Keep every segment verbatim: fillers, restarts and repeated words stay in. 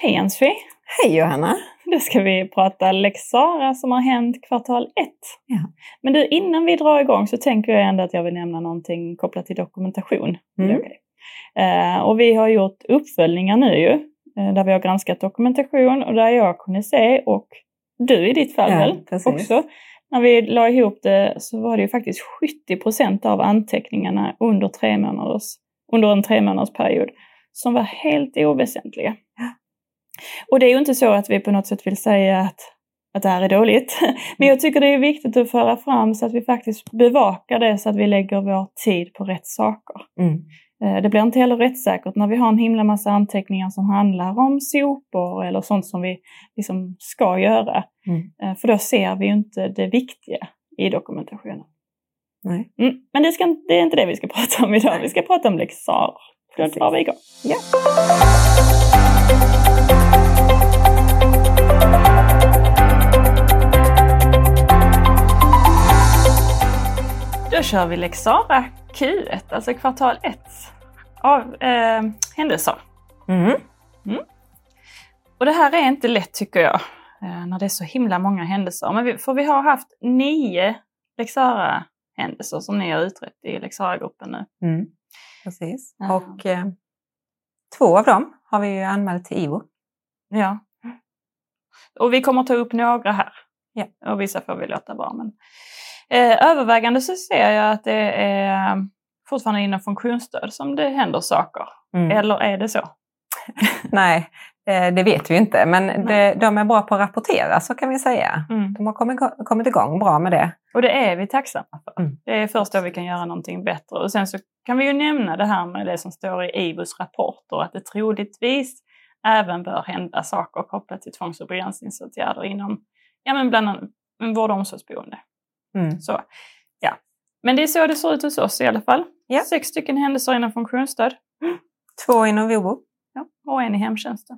Hej Ann-Sofie. Hej Johanna. Då ska vi prata Lex Sarah som har hänt kvartal ett. Ja. Men du, innan vi drar igång så tänker jag ändå att jag vill nämna någonting kopplat till dokumentation. Mm. Det är okej. Uh, och vi har gjort uppföljningar nu ju. Uh, där vi har granskat dokumentation och där jag kunde se, och du i ditt fall Ja, väl precis. också. När vi la ihop det så var det ju faktiskt sjuttio procent av anteckningarna under, tre månaders, under en tre månaders period som var helt oväsentliga. Ja. Och det är ju inte så att vi på något sätt vill säga att, att det här är dåligt. Men jag tycker det är viktigt att föra fram så att vi faktiskt bevakar det, så att vi lägger vår tid på rätt saker. Mm. Det blir inte heller rättssäkert när vi har en himla massa anteckningar som handlar om sopor eller sånt som vi liksom ska göra. Mm. För då ser vi ju inte det viktiga i dokumentationen. Nej. Mm. Men det, ska, det är inte det vi ska prata om idag. Vi ska prata om Lex Sarah. Då drar vi igång. Ja. Då kör vi Lex Sarah Q ett, alltså kvartal ett av eh, händelser. Mm. Mm. Och det här är inte lätt tycker jag, eh, när det är så himla många händelser. Men vi, för vi har haft nio Lex Sarah händelser som ni har utrett i Lex Sarah-gruppen nu. Mm. Precis. Ja. Och eh, två av dem har vi ju anmält till I V O. Ja. Och vi kommer ta upp några här. Ja. Och vissa får vi låta vara. Men eh, övervägande så ser jag att det är fortfarande inom funktionsstöd som det händer saker. Mm. Eller är det så? Nej, eh, det vet vi inte. Men det, de är bra på att rapportera, så kan vi säga. Mm. De har kommit, kommit igång bra med det. Och det är vi tacksamma för. Mm. Det är först då vi kan göra någonting bättre. Och sen så kan vi ju nämna det här med det som står i I V Os rapporter. Att det troligtvis även bör hända saker kopplat till tvångs- och begränsningsåtgärder inom, ja men bland annat vård- och omsorgsboende. Mm. Så, ja. Men det är så det ser ut hos oss i alla fall. Ja. Sex stycken händelser inom funktionsstöd. Två inom V O B O. Ja, och en i hemtjänsten.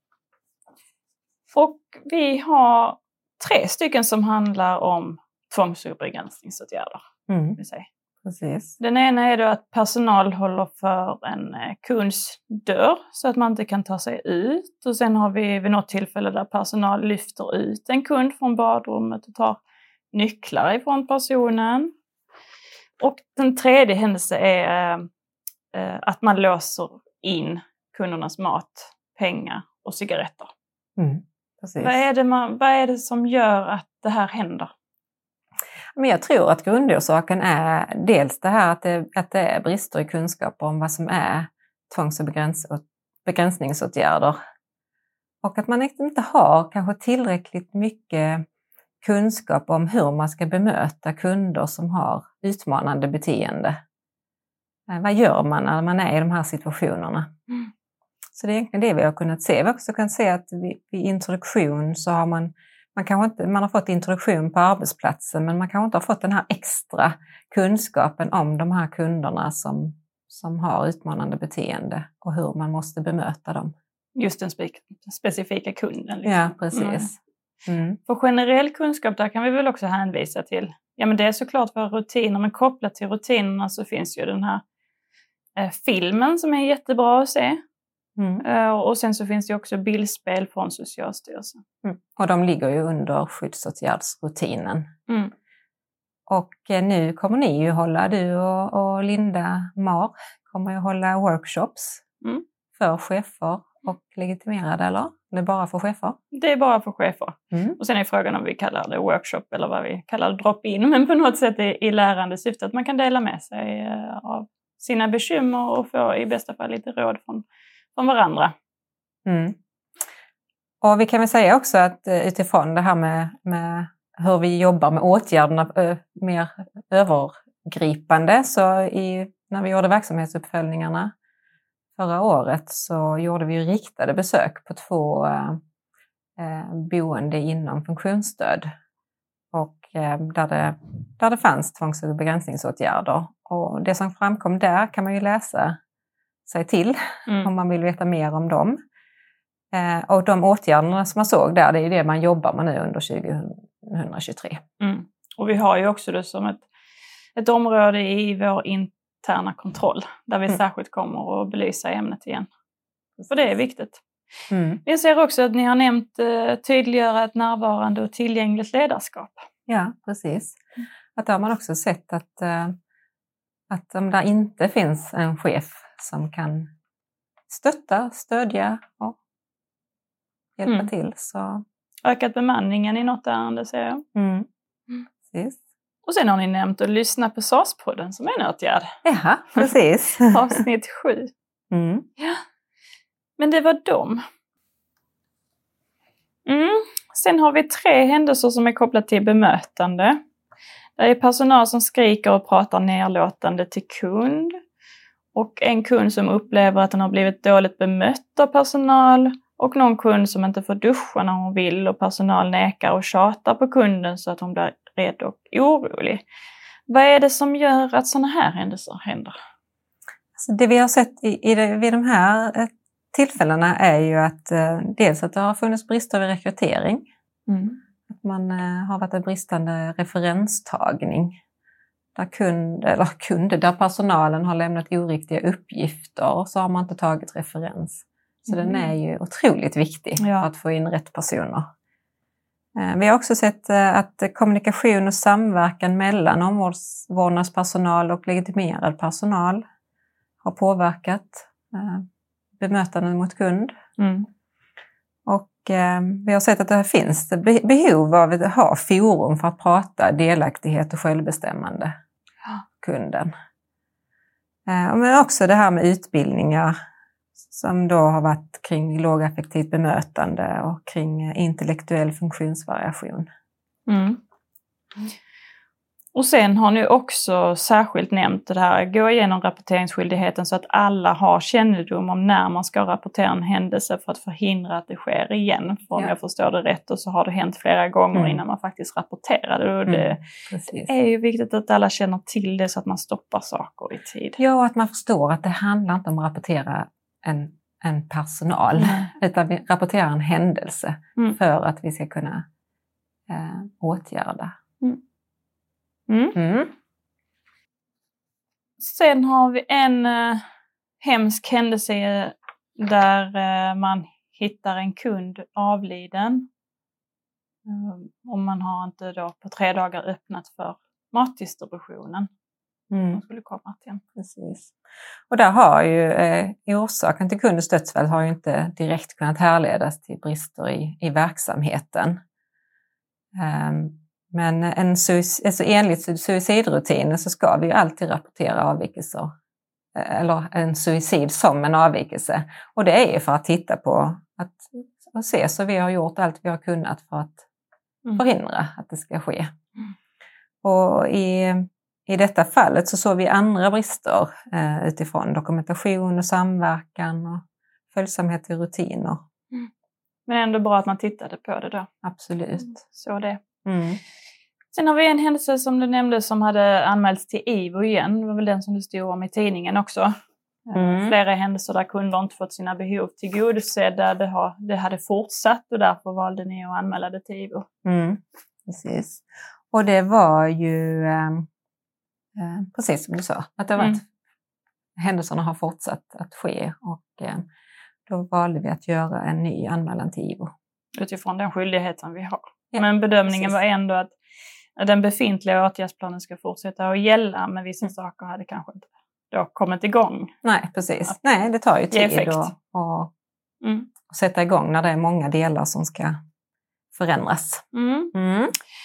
Och vi har tre stycken som handlar om tvångs- och begränsningsåtgärder. Mm. Vill säga. Precis. Den ena är då att personal håller för en kunds dörr så att man inte kan ta sig ut. Och sen har vi vid något tillfälle där personal lyfter ut en kund från badrummet och tar nycklar ifrån personen. Och den tredje händelsen är äh, att man låser in kundernas mat, pengar och cigaretter. Mm. Precis. Vad är det man, vad är det som gör att det här händer? Men jag tror att grundorsaken är dels det här att det, att det är brister i kunskap om vad som är tvångs- och begräns, begränsningsåtgärder. Och att man inte har kanske tillräckligt mycket kunskap om hur man ska bemöta kunder som har utmanande beteende. Vad gör man när man är i de här situationerna? Mm. Så det är egentligen det vi har kunnat se. Vi har också kunnat se att vid, vid introduktion så har man Man, kanske inte, man har fått introduktion på arbetsplatsen, men man kanske inte har fått den här extra kunskapen om de här kunderna som, som har utmanande beteende och hur man måste bemöta dem. Just den spe- specifika kunden. Liksom. Ja, precis. Mm. Mm. För generell kunskap där kan vi väl också hänvisa till, ja men det är såklart för rutiner, men kopplat till rutinerna så finns ju den här eh, filmen som är jättebra att se. Mm. Uh, och sen så finns det också bildspel från Socialstyrelsen. Mm. Och de ligger ju under skyddsåtgärdsrutinen. Mm. Och eh, nu kommer ni ju hålla, du och, och Linda Mar kommer ju hålla workshops Mm. för chefer och legitimerade, eller? Det är bara för chefer? Det är bara för chefer. Mm. Och sen är frågan om vi kallar det workshop eller vad vi kallar det drop-in. Men på något sätt i, i lärande syfte att man kan dela med sig uh, av sina bekymmer och få i bästa fall lite råd från från varandra. Mm. Och vi kan väl säga också att utifrån det här med, med hur vi jobbar med åtgärderna ö, mer övergripande, så i, när vi gjorde verksamhetsuppföljningarna förra året så gjorde vi riktade besök på två eh, boende inom funktionsstöd och eh, där, det, där det fanns tvångs- och begränsningsåtgärder. Och det som framkom där kan man ju läsa sig till mm. om man vill veta mer om dem. Eh, och de åtgärderna som man såg där, det är det man jobbar med nu under tjugohundratjugotre. Mm. Och vi har ju också det som ett, ett område i vår interna kontroll där vi mm. särskilt kommer att belysa ämnet igen. För det är viktigt. Mm. Jag ser också att ni har nämnt eh, tydliggöra ett närvarande och tillgängligt ledarskap. Ja, precis. Att där har man också sett att, eh, att om det inte finns en chef som kan stötta, stödja och hjälpa Mm. till så... Ökat bemanningen i något ärende ser jag. Mm. Precis. Och sen har ni nämnt att lyssna på S A S-podden som en åtgärd. Ja, precis. Avsnitt sju. Mm. Ja. Men det var dem. Mm. Sen har vi tre händelser som är kopplade till bemötande. Det är personal som skriker och pratar nedlåtande till kund. Och en kund som upplever att den har blivit dåligt bemött av personal. Och någon kund som inte får duscha när hon vill och personal nekar och tjatar på kunden så att hon blir rädd och orolig. Vad är det som gör att sådana här händelser händer? Alltså det vi har sett i, i det, vid de här eh, tillfällena är ju att eh, dels att det har funnits brister vid rekrytering. Mm. Att man eh, har varit en bristande referenstagning. Där, kund, eller kunder, där personalen har lämnat oriktiga uppgifter så har man inte tagit referens. Så Mm. den är ju otroligt viktig Ja. för att få in rätt personer. Eh, vi har också sett eh, att kommunikation och samverkan mellan omvårdnadspersonal och legitimerad personal har påverkat eh, bemötanden mot kund. Mm. Och eh, vi har sett att det här finns det be- behov av att ha forum för att prata delaktighet och självbestämmande Ja. kunden. Eh, men också det här med utbildningar som då har varit kring lågaffektivt bemötande och kring intellektuell funktionsvariation. Mm. Och sen har ni också särskilt nämnt det här, gå igenom rapporteringsskyldigheten så att alla har kännedom om när man ska rapportera en händelse för att förhindra att det sker igen. För om Ja. jag förstår det rätt och så har det hänt flera gånger Mm. innan man faktiskt rapporterar det. Och det Mm, precis. är ju viktigt att alla känner till det så att man stoppar saker i tid. Ja, och att man förstår att det handlar inte om att rapportera en, en personal, Mm. utan vi rapporterar en händelse Mm. för att vi ska kunna eh, åtgärda. Mm. Mm. Sen har vi en eh, hemsk händelse där eh, man hittar en kund avliden. Eh, och man har inte då på tre dagar öppnat för matdistributionen. Mm. Man skulle komma till. Precis. Och där har ju eh, orsaken till kundens dödsfall har ju inte direkt kunnat härledas till brister i, i verksamheten. Um, men en suic- alltså enligt suicidrutinen så ska vi ju alltid rapportera avvikelser. Eller en suicid som en avvikelse. Och det är ju för att titta på att, att se så vi har gjort allt vi har kunnat för att Mm. förhindra att det ska ske. Mm. Och i, i detta fallet så såg vi andra brister eh, utifrån dokumentation och samverkan och följsamhet till rutiner. Mm. Men ändå bra att man tittade på det då. Absolut. Så det. Mm. Sen har vi en händelse som du nämnde som hade anmälts till I V O igen. Det var väl den som det stod om i tidningen också. Mm. Flera händelser där kunder inte fått sina behov tillgodosedda. Det, har, det hade fortsatt och därför valde ni att anmäla det till I V O. Mm. Precis. Och det var ju eh, eh, precis som du sa. Att det har varit, Mm. händelserna har fortsatt att ske. Och eh, då valde vi att göra en ny anmälan till I V O. Utifrån den skyldigheten vi har. Ja, men bedömningen precis. var ändå att den befintliga åtgärdsplanen ska fortsätta att gälla. Men vissa Mm. saker hade kanske inte då kommit igång. Nej, precis. Att Nej, det tar ju tid effekt. att, att, Mm. att sätta igång när det är många delar som ska förändras. Mm. Mm.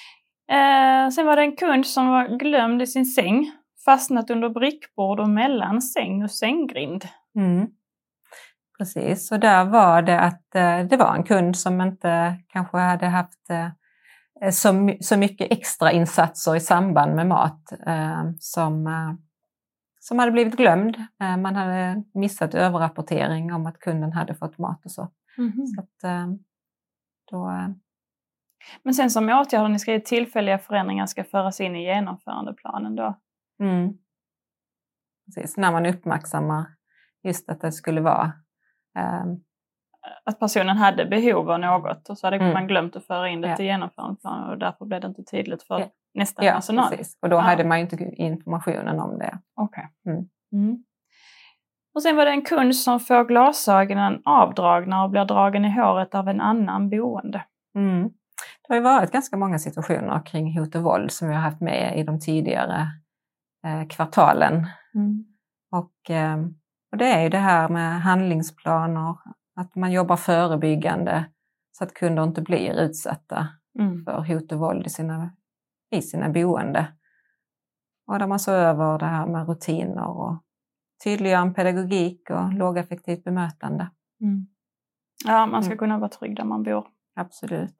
Eh, sen var det en kund som var glömd i sin säng. Fastnat under brickbord och mellan säng och sänggrind. Mm. Precis, och där var det att eh, det var en kund som inte kanske hade haft eh, så, så mycket extra insatser i samband med mat eh, som, eh, som hade blivit glömd. Eh, man hade missat överrapportering om att kunden hade fått mat och så. Mm-hmm. så att, eh, då, eh, Men sen som åtgärd har ni skrivit tillfälliga förändringar ska föras in i genomförandeplanen då. mm. Precis, när man uppmärksammar just att det skulle vara eh, Att personen hade behov av något och så hade Mm. man glömt att föra in det Ja. till genomförandeplanen och därför blev det inte tydligt för Ja. nästa ja, personal. precis. Och då Ja. hade man ju inte informationen om det. Okej. Mm. Mm. Och sen var det en kund som får glasögonen avdragna och blir dragen i håret av en annan boende. Mm. Det har ju varit ganska många situationer kring hot och våld som vi har haft med i de tidigare eh, kvartalen. Mm. Och, eh, och det är ju det här med handlingsplaner, att man jobbar förebyggande så att kunder inte blir utsatta Mm. för hot och våld i sina, i sina boende. Och där man så över det här med rutiner och tydliggör en pedagogik och lågaffektivt bemötande. Mm. Ja, man ska Mm. kunna vara trygg där man bor. Absolut.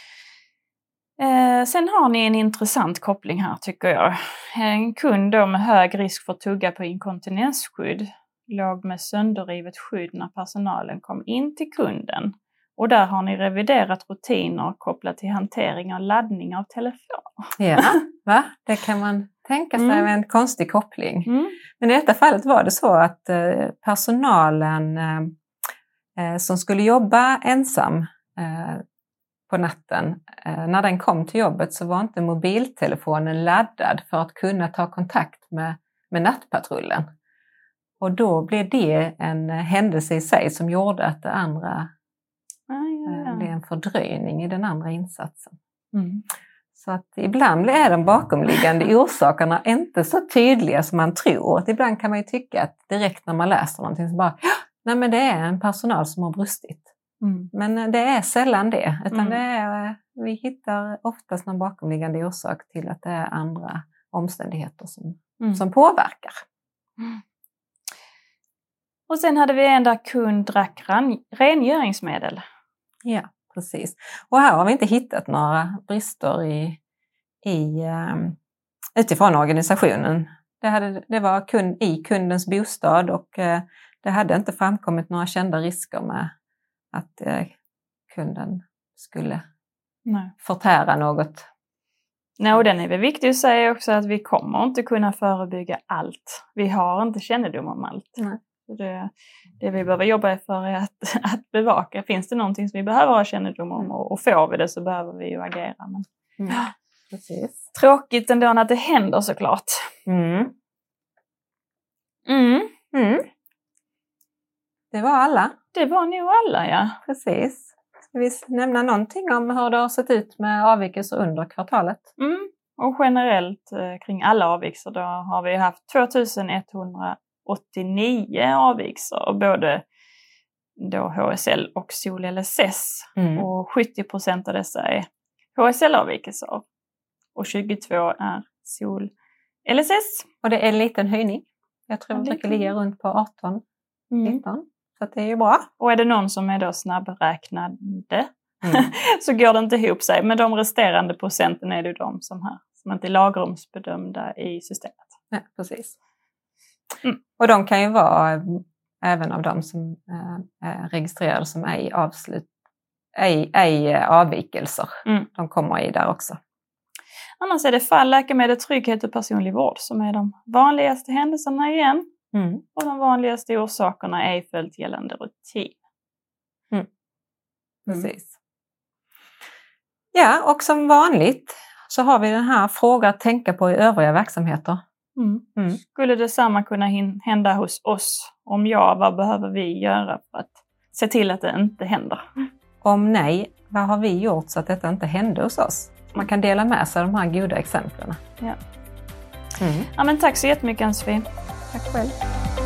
Eh, sen har ni en intressant koppling här tycker jag. En kund då med hög risk för att tugga på inkontinensskydd låg med sönderrivet skydd när personalen kom in till kunden. Och där har ni reviderat rutiner kopplat till hantering och laddning av telefon. Ja, va? Det kan man tänka sig Mm. med en konstig koppling. Mm. Men i detta fallet var det så att eh, personalen eh, eh, som skulle jobba ensam eh, på natten, eh, när den kom till jobbet så var inte mobiltelefonen laddad för att kunna ta kontakt med, med nattpatrullen. Och då blev det en händelse i sig som gjorde att det andra Ja, ja, eh, ja. blev en fördröjning i den andra insatsen. Mm. Så att ibland är de bakomliggande orsakerna inte så tydliga som man tror. Att ibland kan man ju tycka att direkt när man läser någonting så bara, nej men det är en personal som har brustit. Mm. Men det är sällan det, utan Mm. det är, vi hittar oftast någon bakomliggande orsak till att det är andra omständigheter som, Mm. som påverkar. Och sen hade vi en där kund drack ren- rengöringsmedel. Ja, precis. Och här har vi inte hittat några brister i, i, um, utifrån organisationen. Det, hade, det var kund, i kundens bostad och uh, det hade inte framkommit några kända risker med att uh, kunden skulle Nej. förtära något. Nej, och den är väl viktig att säga också att vi kommer inte kunna förebygga allt. Vi har inte kännedom om allt. Nej. Det, det vi behöver jobba för är att, att bevaka. Finns det någonting som vi behöver ha kännedom om och, och får vi det så behöver vi ju agera. Men, Mm. Precis. tråkigt ändå att det händer såklart. Mm. Mm. Mm. Det var alla. Det var nog alla, ja. Precis. Ska vi nämna någonting om hur det har sett ut med avvikelser under kvartalet? Mm. Och generellt eh, kring alla avvikelser då har vi haft tvåtusen etthundraåttionio avvikelser. Både då H S L och Sol L S S. Mm. Och sjuttio procent av dessa är H S L-avvikelser. Och tjugotvå är Sol L S S. Och det är en liten höjning. Jag tror En att det liten. ligger runt på arton Mm. nitton. Så att det är ju bra. Och är det någon som är då snabbräknade Mm. så går det inte ihop sig. Men de resterande procenten är det de som här som inte är lagrumsbedömda i systemet. Ja, precis. Mm. Och de kan ju vara äh, även av de som äh, är registrerade som ej, avslut, ej, ej avvikelser. Mm. De kommer i där också. Annars är det fall, läkemedel, trygghet och personlig vård som är de vanligaste händelserna igen. Mm. Och de vanligaste orsakerna är följt gällande rutin. Precis. Ja, och som vanligt så har vi den här frågan att tänka på i övriga verksamheter. Mm. Mm. Skulle detsamma kunna hin- hända hos oss? Om ja, vad behöver vi göra för att se till att det inte händer? Om nej, vad har vi gjort så att detta inte hände hos oss? Man kan dela med sig av de här goda exemplen. Ja. Mm. Ja, men tack så jättemycket, Ann-Sofie. Tack själv.